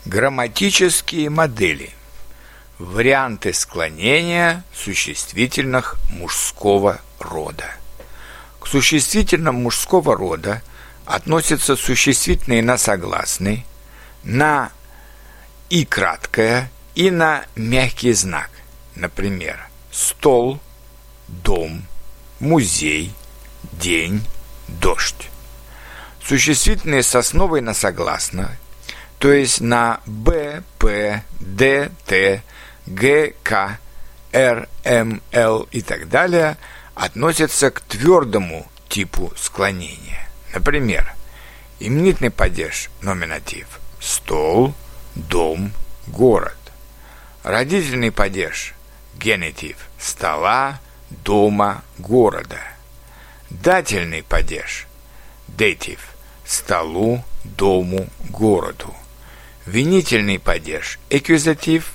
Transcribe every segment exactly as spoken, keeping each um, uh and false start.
Грамматические модели. Варианты склонения существительных мужского рода. К существительным мужского рода относятся существительные на согласный, на и краткое и на мягкий знак. Например, стол, дом, музей, день, дождь. Существительные с основой на согласное, то есть на Б, П, Д, Т, Г, К, Р, М, Л и так далее, относятся к твердому типу склонения. Например, именительный падеж номинатив – стол, дом, город. Родительный падеж – генитив – стола, дома, города. Дательный падеж – датив – столу, дому, городу. Винительный падеж – accusative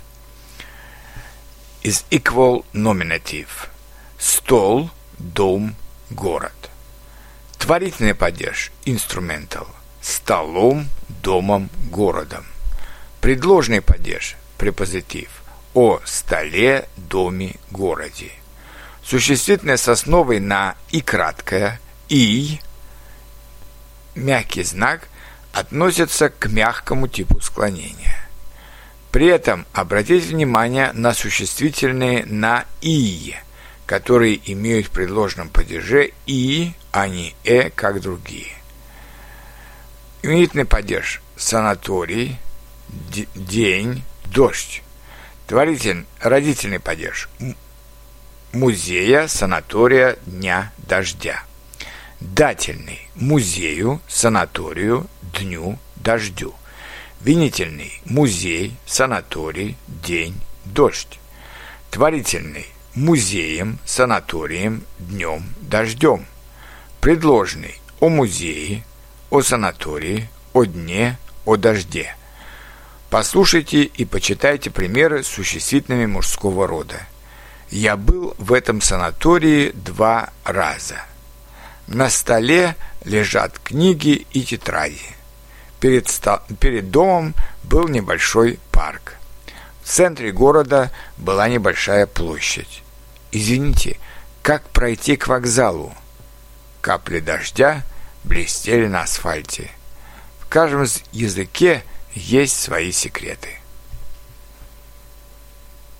is equal nominative – стол, дом, город. Творительный падеж – instrumental – столом, домом, городом. Предложный падеж – препозитив – о столе, доме, городе. Существительное с основой на и краткое, и, мягкий знак, относятся к мягкому типу склонения. При этом обратите внимание на существительные на «и», которые имеют в предложенном падеже «и», а не «э», как другие. Именительный падеж – санаторий, д- день, дождь. Творитель, родительный падеж – музея, санатория, дня, дождя. Дательный – музею, санаторию, дню, дождю. Винительный – музей, санаторий, день, дождь. Творительный – музеем, санаторием, днем, дождем. Предложный – о музее, о санатории, о дне, о дожде. Послушайте и почитайте примеры с существительными мужского рода. Я был в этом санатории два раза. На столе лежат книги и тетради. Перед, ста- перед домом был небольшой парк. В центре города была небольшая площадь. Извините, как пройти к вокзалу? Капли дождя блестели на асфальте. В каждом языке есть свои секреты.